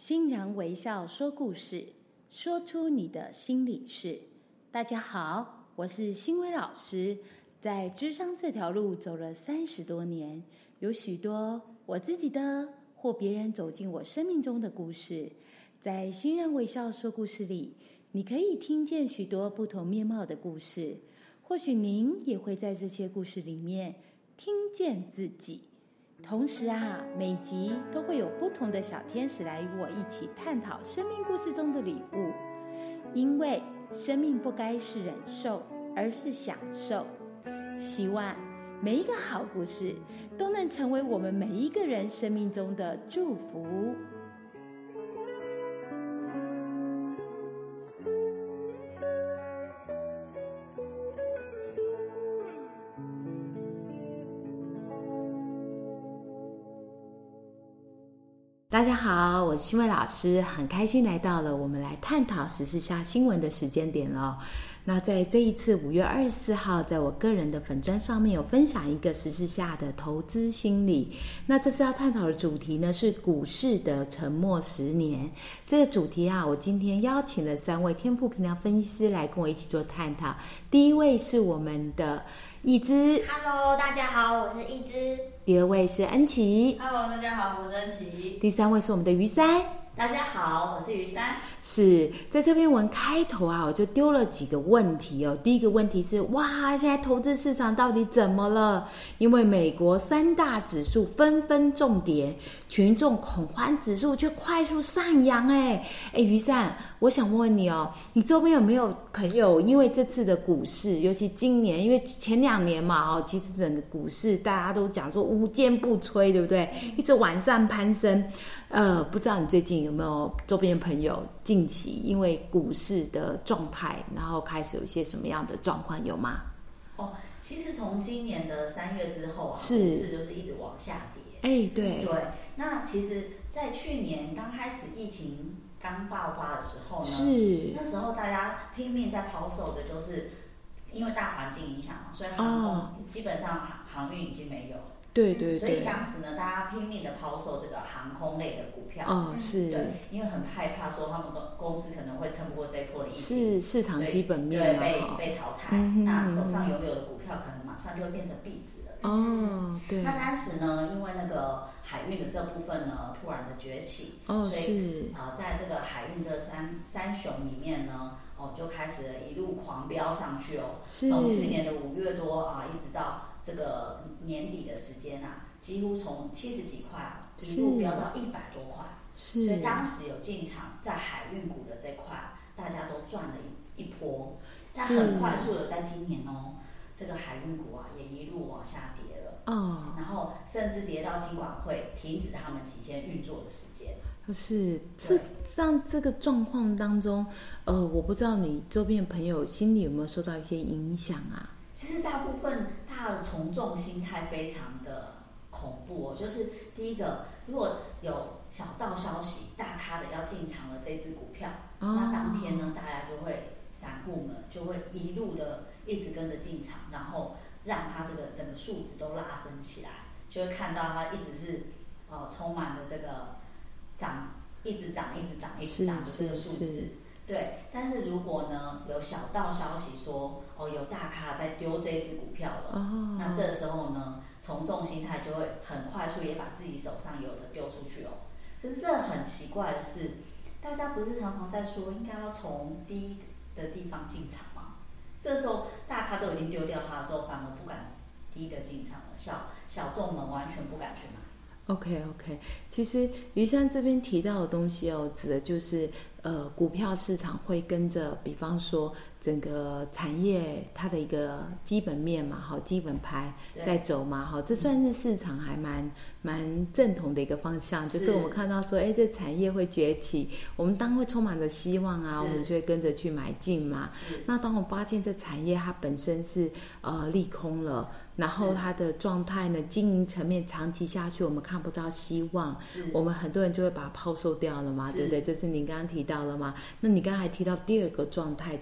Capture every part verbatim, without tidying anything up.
欣然微笑说故事，说出你的心里事。大家好，我是欣薇老师，在諮商这条路走了三十多年，有许多我自己的或别人走进我生命中的故事。在欣然微笑说故事里，你可以听见许多不同面貌的故事，或许您也会在这些故事里面听见自己。同时啊，每集都会有不同的小天使来与我一起探讨生命故事中的礼物，因为生命不该是忍受，而是享受。希望每一个好故事都能成为我们每一个人生命中的祝福。大家好，我是欣薇老师，很开心来到了我们来探讨时事下新闻的时间点了。那在这一次五月二十四号，在我个人的粉专上面有分享一个时事下的投资心理。那这次要探讨的主题呢是股市的沉默十年。这个主题啊，我今天邀请了三位天赋评量分析师来跟我一起做探讨。第一位是我们的易之 ，Hello， 大家好，我是易之。 第二位是恩琪 ，Hello， 大家好，我是恩琪。 第三位是我们的于珊。 大家好，我是于珊。 是在这篇文开头啊，我就丢了几个问题哦。第一个问题是，哇，现在投资市场到底怎么了？因为美国三大指数纷纷重跌，群众恐慌指数却快速上扬。哎哎，于珊，我想问问你哦，你周边有没有朋友因为这次的股市，尤其今年，因为前两年嘛哦，其实整个股市大家都讲说无坚不摧，对不对？一直往上攀升。呃，不知道你最近有没有周边朋友近期因为股市的状态，然后开始有一些什么样的状况，有吗？ 哦，其实从今年的三月之后啊， 是股市就是一直往下跌。 哎，对对。那其实，在去年刚开始疫情刚爆发的时候呢， 是那时候大家拼命在抛售的，就是因为大环境影响嘛，所以航空、哦、基本上航运已经没有。 对对对， 所以当时呢，大家拼命的抛售这个航空类的股票， 哦，是， 对，因为很害怕说他们公司可能会撑不过这一波的疫情， 是市场基本面对被被淘汰，嗯、那手上拥有的股票可能马上就会变成壁纸了。 哦，对。 那当时呢，因为那个海运的这部分呢，突然的崛起， 哦， 所以是啊、呃，在这个海运这三三雄里面呢，哦，就开始一路狂飙上去哦，从去年的五月多啊，一直到这个年底的时间啊。几乎从七十几块一路飙到一百多块， 是， 所以当时有进场在海运股的这块，大家都赚了一一波。但很快速的，在今年哦，这个海运股啊也一路往下跌了，哦，然后甚至跌到金管会停止他们几天运作的时间。 是，这像这个状况当中，呃，我不知道你周边的朋友心里有没有受到一些影响啊？ 其实大部分大的从众心态非常的恐怖哦，就是第一个，如果有小道消息，大咖的要进场了这支股票，哦、那当天呢，大家就会散户们就会一路的一直跟着进场，然后让它这个整个数值都拉升起来，就会看到它一直是呃充满了这个涨，一直涨，一直涨，一直涨的这个数字。对，但是如果呢有小道消息说哦有大咖在丢这支股票了，哦、那这时候呢从众心态就会很快速也把自己手上有的丢出去哦。可是这很奇怪的是，大家不是常常在说应该要从低的地方进场吗？这时候大咖都已经丢掉它的时候，反而不敢低的进场了，小小众们完全不敢去买。 OK OK， 其实于珊这边提到的东西哦，指的就是呃股票市场会跟着，比方说整个产业它的一个基本面嘛，好基本牌在走嘛，好，这算是市场还蛮蛮正统的一个方向，就是我们看到说，哎，这产业会崛起，我们当会充满着希望啊，我们就会跟着去买进嘛。那当我发现这产业它本身是呃利空了。然后它的状态呢，经营层面长期下去，我们看不到希望，我们很多人就会把它抛售掉了嘛，对不对？这是您刚刚提到了嘛？那你刚才还提到第二个状态，就是你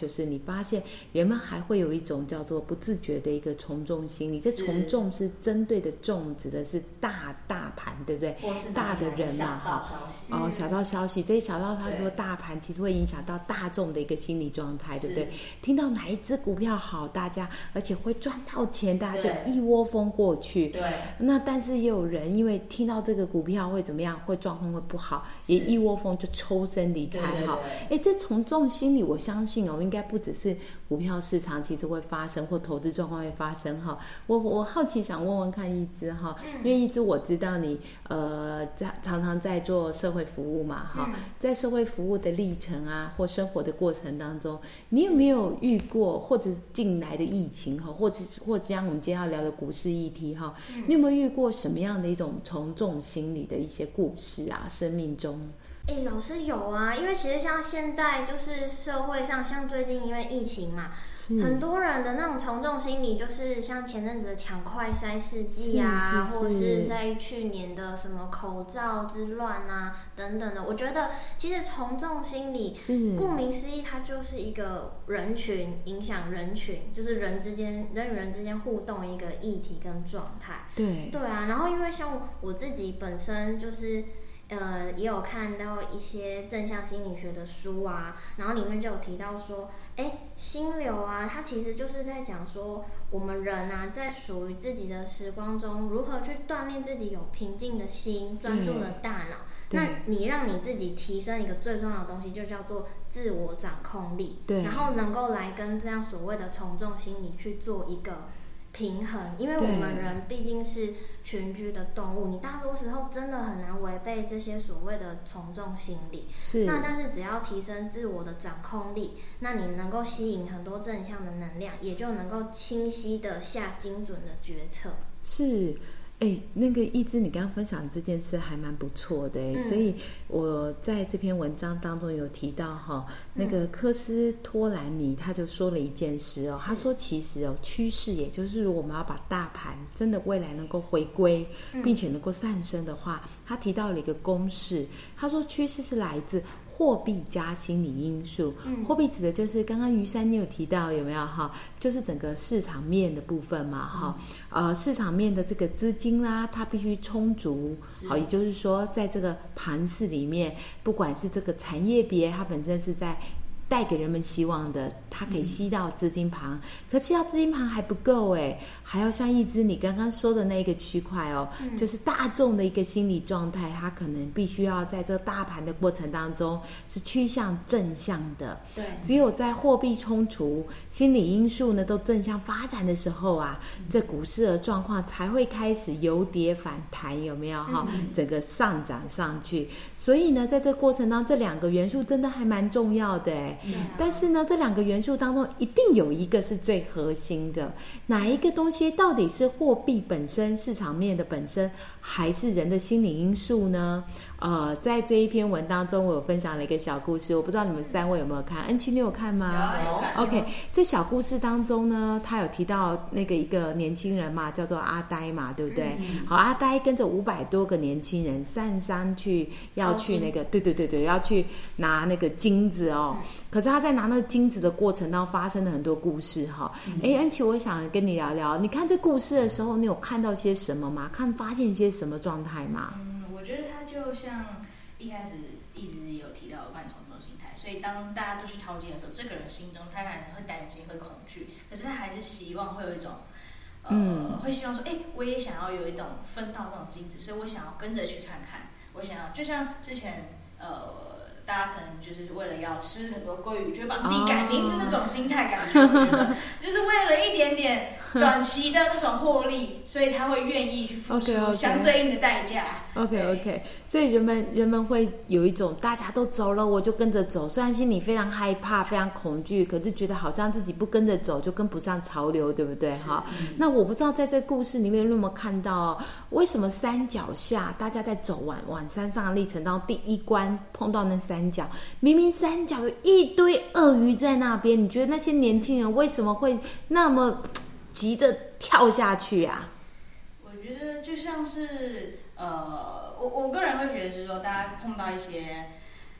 发现人们还会有一种叫做不自觉的一个从众心理。这从众是针对的众指的是大大盘，对不对？ 或是大的人嘛，哈，哦，小道消息，这些小道消息或大盘其实会影响到大众的一个心理状态，对不对？听到哪一只股票好，大家而且会赚到钱，大家就一窝蜂过去。 对， 那但是也有人因为听到这个股票会怎么样，会状况会不好，也一窝蜂就抽身离开哈。哎，这从众心理，我相信哦，应该不只是股票市场其实会发生，或投资状况会发生哈。我我好奇想问问看一枝哈，因为一枝我知道你呃在常常在做社会服务嘛哈，在社会服务的历程啊，或生活的过程当中，你有没有遇过，或者近来的疫情哈，或者或者像我们今天要聊的股市议题哈，你有没有遇过什么样的一种从众心理的一些故事啊？生命中？ 哎，老师有啊，因为其实像现在就是社会上，像最近因为疫情嘛，很多人的那种从众心理，就是像前阵子的抢快筛试剂啊，是是是或是在去年的什么口罩之乱啊等等的。我觉得其实从众心理，顾名思义，它就是一个人群影响人群，就是人之间人与人之间互动一个议题跟状态。 对对啊，然后因为像我自己本身就是。呃，也有看到一些正向心理学的书啊，然后里面就有提到说，哎，心流啊，它其实就是在讲说，我们人啊，在属于自己的时光中，如何去锻炼自己有平静的心、专注的大脑。那你让你自己提升一个最重要的东西，就叫做自我掌控力。对，然后能够来跟这样所谓的从众心理去做一个平衡，因为我们人毕竟是群居的动物，你大多时候真的很难违背这些所谓的从众心理。是，那但是只要提升自我的掌控力，那你能够吸引很多正向的能量，也就能够清晰的下精准的决策。 是。哎，那个一枝，你刚刚分享这件事还蛮不错的哎、嗯，所以我在这篇文章当中有提到哈，那个科斯托兰尼他就说了一件事哦，他说其实哦趋势，也就是我们要把大盘真的未来能够回归，并且能够上升的话，他提到了一个公式，他说趋势是来自货币加心理因素，嗯、货币指的就是刚刚于山你有提到有没有哈？就是整个市场面的部分嘛哈、嗯，呃，市场面的这个资金啦，它必须充足，好，也就是说，在这个盘势里面，不管是这个产业别，它本身是在带给人们希望的，它可以吸到资金盘，嗯、可吸到资金盘还不够哎，还要像一枝你刚刚说的那个区块哦、嗯，就是大众的一个心理状态，它可能必须要在这个大盘的过程当中是趋向正向的。对，只有在货币充足、心理因素呢都正向发展的时候啊，嗯、这股市的状况才会开始由跌反弹，有没有哈、嗯？整个上涨上去。所以呢，在这个过程当中，这两个元素真的还蛮重要的哎。但是呢，这两个元素当中一定有一个是最核心的，哪一个东西到底是货币本身、市场面的本身，还是人的心理因素呢？呃，在这一篇文当中，我有分享了一个小故事，我不知道你们三位有没有看？恩琪，你有看吗？ 有，有看。 OK， 这小故事当中呢，他有提到那个一个年轻人嘛，叫做阿呆嘛，对不对？嗯、好，阿呆跟着五百多个年轻人上山去，要去那个，对对对对，要去拿那个金子哦。嗯、可是他在拿那个金子的过程当中发生了很多故事哈。哎、嗯，恩琪，我想跟你聊聊，你看这故事的时候，你有看到些什么吗？看发现一些什么状态吗？ 嗯，我觉得他就像一开始一直有提到有关从众心态，所以当大家都去掏金的时候，这个人心中他当然会担心、会恐惧，可是他还是希望会有一种，呃，嗯、会希望说，哎，我也想要有一种分到那种金子，所以我想要跟着去看看，我想要就像之前，呃。大家可能就是为了要吃很多鲑鱼，就会帮自己改名字那种心态感觉，哦、就是为了一点点短期的那种获利，所以他会愿意去付出相对应的代价。 OK OK， 所以人们人们会有一种大家都走了，我就跟着走，虽然心里非常害怕、非常恐惧，可是觉得好像自己不跟着走就跟不上潮流，对不对？哈、嗯，那我不知道在这故事里面有没有看到、哦，为什么山脚下大家在走往往山上的历程当中，第一关碰到那山脚，明明山脚有一堆鳄鱼在那边，你觉得那些年轻人为什么会那么急着跳下去啊？ 我觉得就像是呃，我我个人会觉得是说，大家碰到一些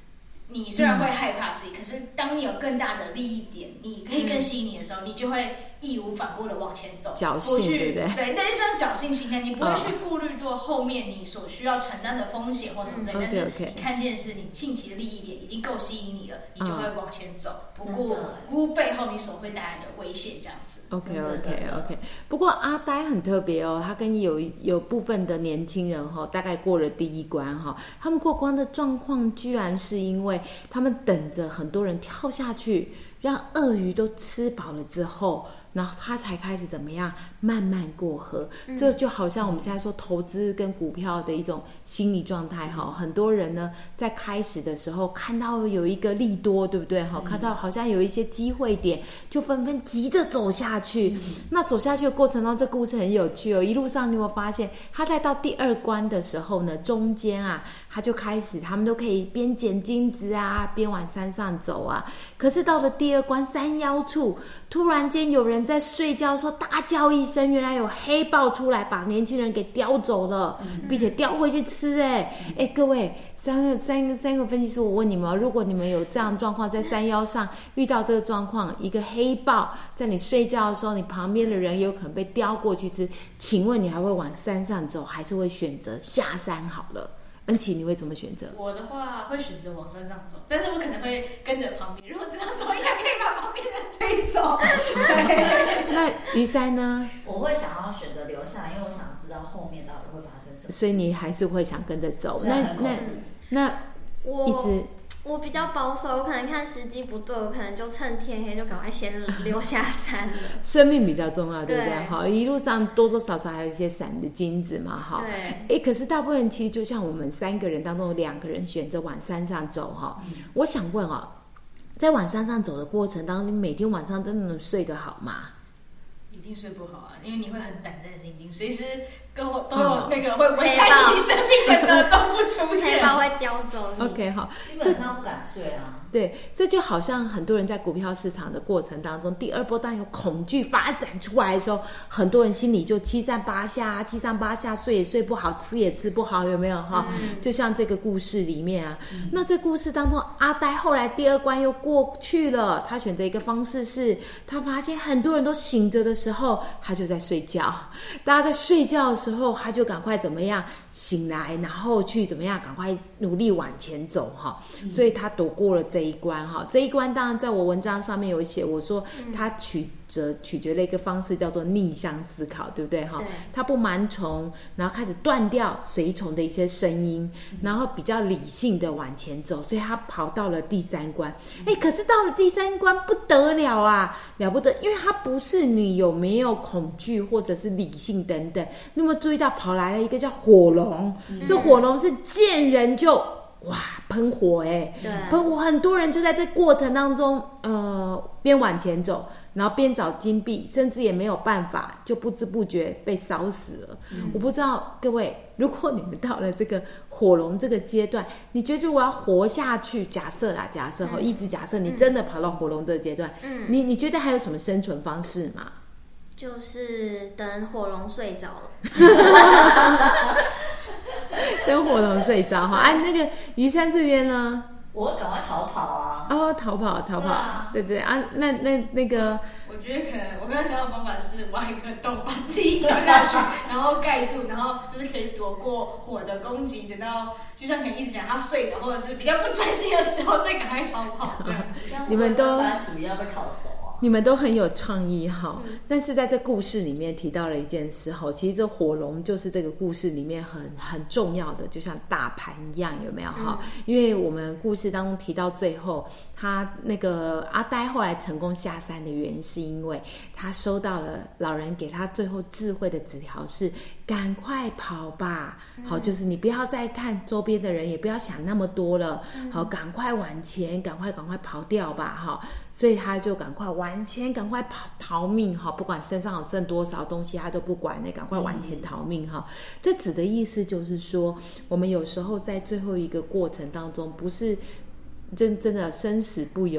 你虽然会害怕自己，可是当你有更大的利益点，你可以更吸引你的时候，你就会义无反顾的往前走， 侥幸，对不对？ 对，但是像侥幸心态，你不会去顾虑到后面你所需要承担的风险或什么之类，但是你看见是你近期的利益点已经够吸引你了，你就会往前走，不顾不顾背后你所会带来的危险，这样子。 OK OK OK。不过阿呆很特别哦，他跟有有部分的年轻人哈、哦，大概过了第一关哈、哦，他们过关的状况居然是因为他们等着很多人跳下去，让鳄鱼都吃饱了之后，然后他才开始怎么样慢慢过河。这、嗯、就好像我们现在说投资跟股票的一种心理状态哈。很多人呢在开始的时候看到有一个利多，对不对哈？看到好像有一些机会点，就纷纷急着走下去。嗯、那走下去的过程中，这故事很有趣哦。一路上你有没有发现，他在到第二关的时候呢，中间啊，他就开始他们都可以边捡金子啊，边往山上走啊。可是到了第二关山腰处，突然间有人在睡觉的时候大叫一声，原来有黑豹出来把年轻人给叼走了，并且叼回去吃。哎哎，各位三个三个三个分析师，我问你们，如果你们有这样的状况，在山腰上遇到这个状况，一个黑豹在你睡觉的时候，你旁边的人有可能被叼过去吃，请问你还会往山上走，还是会选择下山好了？恩琪，你会怎么选择？ 我的话会选择往山上走，但是我可能会跟着旁边，如果知道怎么样可以把旁边的人推走。对。 那于山呢？ 我会想要选择留下来，因为我想知道后面到底会发生什么。 所以你还是会想跟着走。那那那我一直我比较保守，我可能看时机不对，我可能就趁天黑就赶快先溜下山了。 生命比较重要，对不对？ 对好，一路上多多少少还有一些散的金子嘛，哈。 对。 哎，可是大部分人其实就像我们三个人当中有两个人选择往山上走哈。嗯、我想问哦，在往山上走的过程当中，你每天晚上真的能睡得好吗？ 一定睡不好啊，因为你会很胆战心惊，随时跟我都有那个会危害你生命的人都不出现， 黑豹会叼走你。 OK， 好， 基本上不敢睡啊。 对，这就好像很多人在股票市场的过程当中，第二波当有恐惧发展出来的时候，很多人心里就七上八下，七上八下，睡也睡不好，吃也吃不好，有没有哈？嗯、就像这个故事里面啊，嗯、那这故事当中，阿呆后来第二关又过去了，他选择一个方式是，他发现很多人都醒着的时候，他就在睡觉，大家在睡觉的时候，他就赶快怎么样醒来，然后去怎么样赶快努力往前走哈，嗯、所以他躲过了这一关哈。这一关当然在我文章上面有写，我说他取择取决了一个方式叫做逆向思考，对不对哈？他不盲从，然后开始断掉随从的一些声音，然后比较理性的往前走，所以他跑到了第三关。哎，可是到了第三关不得了啊，了不得，因为他不是你有没有恐惧或者是理性等等。你有没有注意到跑来了一个叫火龙？嗯、这火龙是见人就哇喷火哎、欸，喷火，很多人就在这过程当中，呃，边往前走，然后边找金币，甚至也没有办法，就不知不觉被烧死了。嗯、我不知道各位，如果你们到了这个火龙这个阶段，你觉得我要活下去？假设啦，假设哈，嗯、一直假设你真的跑到火龙这个阶段，嗯，你你觉得还有什么生存方式吗？ 就是等火龙睡着了。 等火龙睡着哈，哎、啊，那个于山这边呢？ 我赶快逃跑啊！ 哦，逃跑，逃跑，对对啊，那那那个， 我觉得可能我刚刚想到的方法是挖一个洞，把自己掉下去，然后盖住，然后就是可以躲过火的攻击，等到就像可能一直讲他睡着，或者是比较不专心的时候，再赶快逃跑这样子。 你们都属于要被烤熟啊！ 你们都很有创意哈，嗯、但是在这故事里面提到了一件事哈，其实这火龙就是这个故事里面很很重要的，就像大盘一样，有没有哈？嗯、因为我们故事当中提到最后，他那个阿呆后来成功下山的原因，是因为他收到了老人给他最后智慧的纸条是。赶快跑吧！好，就是你不要再看周边的人，也不要想那么多了。好，赶快往前，赶快赶快跑掉吧！哈，所以他就赶快往前，赶快跑逃命！哈，不管身上有剩多少东西，他都不管的，赶快往前逃命！哈，这指的意思就是说，我们有时候在最后一个过程当中，不是真真的生死不由。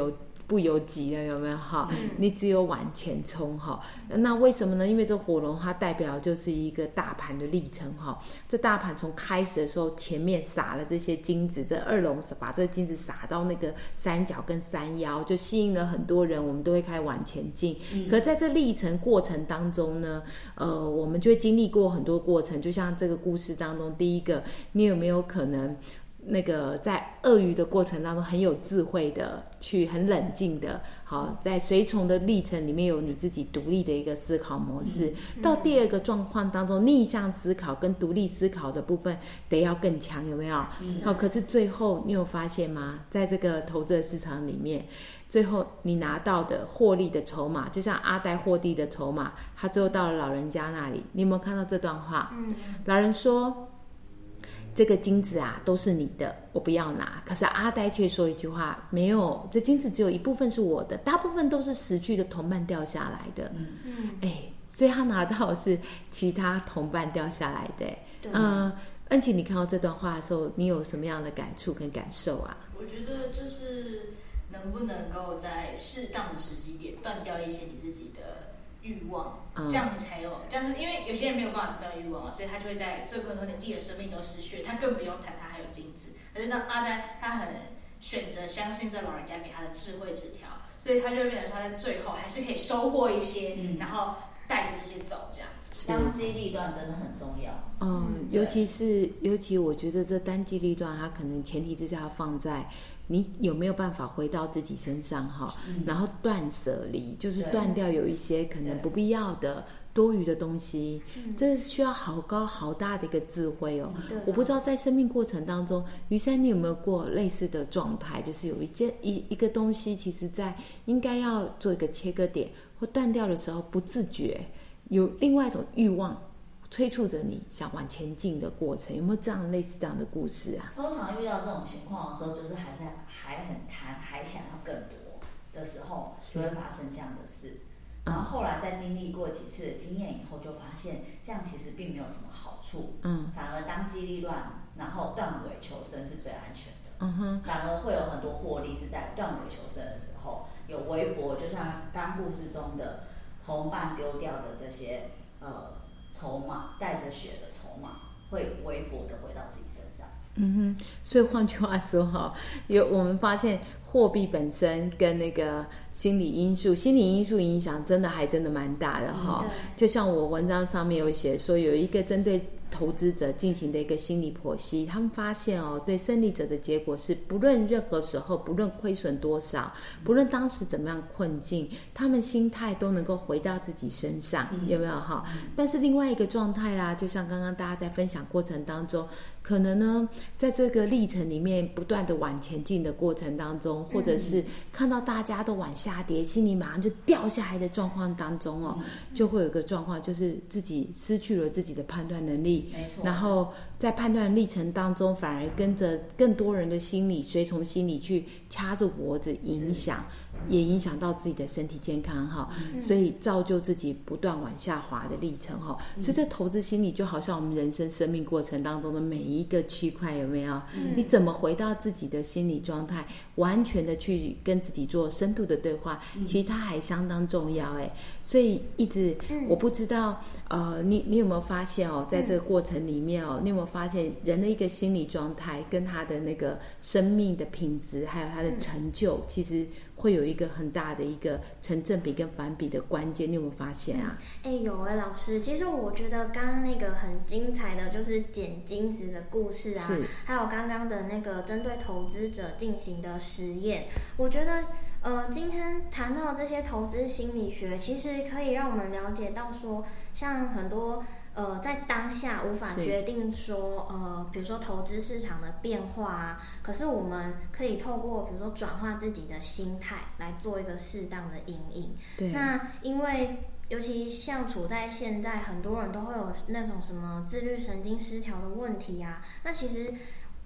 不由己了，有没有哈？你只有往前冲哈。那为什么呢？因为这火龙它代表就是一个大盘的历程哈。这大盘从开始的时候，前面撒了这些金子，这二龙把这个金子撒到那个山脚跟山腰，就吸引了很多人，我们都会开始往前进。嗯、可在这历程过程当中呢，呃，我们就会经历过很多过程，就像这个故事当中，第一个，你有没有可能？那个在鳄鱼的过程当中很有智慧的去很冷静的好，在随从的历程里面有你自己独立的一个思考模式、嗯、到第二个状况当中逆向思考跟独立思考的部分得要更强，有没有、嗯、好，可是最后你有发现吗，在这个投资的市场里面最后你拿到的获利的筹码，就像阿呆获利的筹码，他最后到了老人家那里，你有没有看到这段话、嗯、老人说这个金子啊都是你的，我不要拿。可是阿呆却说一句话，没有，这金子只有一部分是我的，大部分都是死去的同伴掉下来的。嗯，哎，所以他拿到的是其他同伴掉下来的。嗯，恩琪，你看到这段话的时候，你有什么样的感触跟感受啊？ 我觉得就是能不能够在适当的时机点断掉一些你自己的欲望，这样你才有，这样是因为有些人没有办法得到欲望，所以他就会在这个过程中，你自己的生命都失去了，他更不用谈他还有金子。可是那阿呆他很选择相信这老人家给他的智慧纸条，所以他就会变成说他在最后还是可以收获一些，嗯、然后带着这些走，这样子。 当机立断真的很重要。 嗯，尤其是尤其我觉得这单机立断，它可能前提之下要放在。你有没有办法回到自己身上哈、嗯？然后断舍离，就是断掉有一些可能不必要的多余的东西，这是需要好高好大的一个智慧哦。嗯、我不知道在生命过程当中，于珊你有没有过类似的状态，就是有一件一一个东西，其实在应该要做一个切割点或断掉的时候，不自觉有另外一种欲望。催促着你想往前进的过程，有没有这样类似这样的故事啊？ 通常遇到这种情况的时候，就是还在还很贪，还想要更多的时候，就会发生这样的事。然后后来在经历过几次的经验以后，就发现这样其实并没有什么好处，嗯，反而当机立断，然后断尾求生是最安全的。嗯哼，反而会有很多获利是在断尾求生的时候有微薄，就像刚故事中的同伴丢掉的这些呃。筹码带着血的筹码会微薄的回到自己身上。 嗯哼，所以换句话说哈，有我们发现货币本身跟那个心理因素，心理因素影响真的还真的蛮大的哈、嗯。就像我文章上面有写说，有一个针对投资者进行的一个心理剖析，他们发现哦，对胜利者的结果是，不论任何时候，不论亏损多少，不论当时怎么样困境，他们心态都能够回到自己身上，嗯、有没有哈？但是另外一个状态啦，就像刚刚大家在分享过程当中，可能呢，在这个历程里面不断的往前进的过程当中，或者是看到大家都往下跌，心里马上就掉下来的状况当中哦，就会有一个状况，就是自己失去了自己的判断能力。然后在判断历程当中，反而跟着更多人的心理随从心理去掐着脖子，影响也影响到自己的身体健康哈、嗯，所以造就自己不断往下滑的历程哈、嗯。所以这投资心理就好像我们人生生命过程当中的每一个区块，有没有、嗯？你怎么回到自己的心理状态，完全的去跟自己做深度的对话，嗯、其实它还相当重要哎。所以一直、嗯、我不知道呃，你你有没有发现哦，在这个过程里面哦，你有没有发现人的一个心理状态跟他的那个生命的品质，还有他的成就，嗯、其实会有一个很大的一个成正比跟反比的关键，你有没有发现啊？ 哎、欸，有哎、欸，老师，其实我觉得刚刚那个很精彩的就是捡金子的故事啊，还有刚刚的那个针对投资者进行的实验，我觉得呃，今天谈到这些投资心理学，其实可以让我们了解到说，像很多。呃，在当下无法决定说，呃，比如说投资市场的变化啊，可是我们可以透过比如说转化自己的心态来做一个适当的因应。对。那因为尤其像处在现在，很多人都会有那种什么自律神经失调的问题啊，那其实。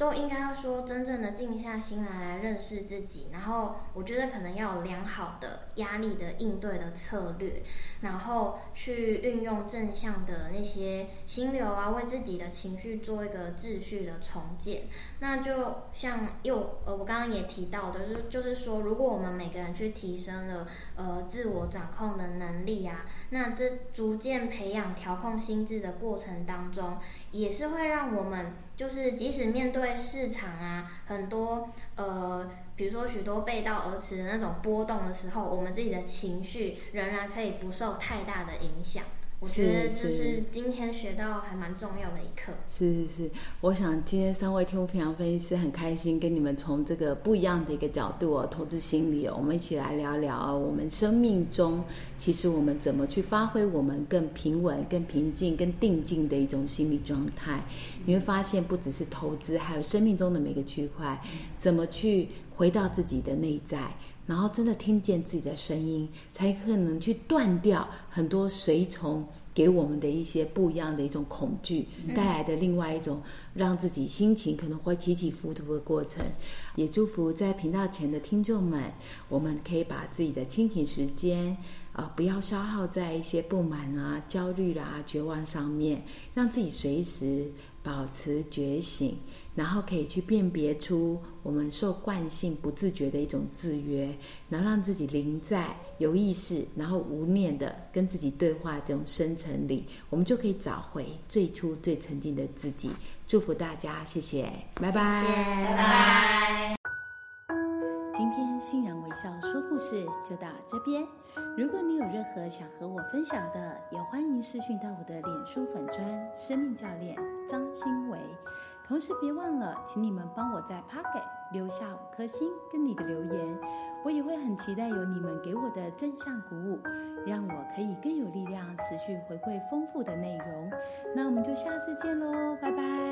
都应该要说真正的静下心来来认识自己，然后我觉得可能要有良好的压力的应对的策略，然后去运用正向的那些心流啊，为自己的情绪做一个秩序的重建。那就像又呃我刚刚也提到的，就是就是说，如果我们每个人去提升了呃自我掌控的能力啊，那这逐渐培养调控心智的过程当中，也是会让我们就是即使面对市场啊很多呃比如说许多背道而驰的那种波动的时候，我们自己的情绪仍然可以不受太大的影响。我觉得这是今天学到还蛮重要的一课。 是是是，我想今天三位天赋培养分析师很开心，跟你们从这个不一样的一个角度哦，投资心理哦，我们一起来聊聊、哦、我们生命中其实我们怎么去发挥我们更平稳、更平静、更定静的一种心理状态。你会发现，不只是投资，还有生命中的每个区块，怎么去回到自己的内在。然后真的听见自己的声音，才可能去断掉很多随从给我们的一些不一样的一种恐惧带来的另外一种让自己心情可能会起起伏伏的过程。也祝福在频道前的听众们，我们可以把自己的清醒时间呃，不要消耗在一些不满啊、焦虑啦、啊、绝望上面，让自己随时保持觉醒，然后可以去辨别出我们受惯性不自觉的一种制约，然后让自己临在有意识然后无念的跟自己对话这种深层里，我们就可以找回最初最沉静的自己。祝福大家，谢谢，拜拜， 谢谢， 拜拜。 今天欣然微笑说故事就到这边，如果你有任何想和我分享的，也欢迎私讯到我的脸书粉专生命教练张欣维。同时别忘了，请你们帮我在 Pocket 留下五颗星跟你的留言，我也会很期待有你们给我的正向鼓舞，让我可以更有力量持续回馈丰富的内容。那我们就下次见咯，拜拜。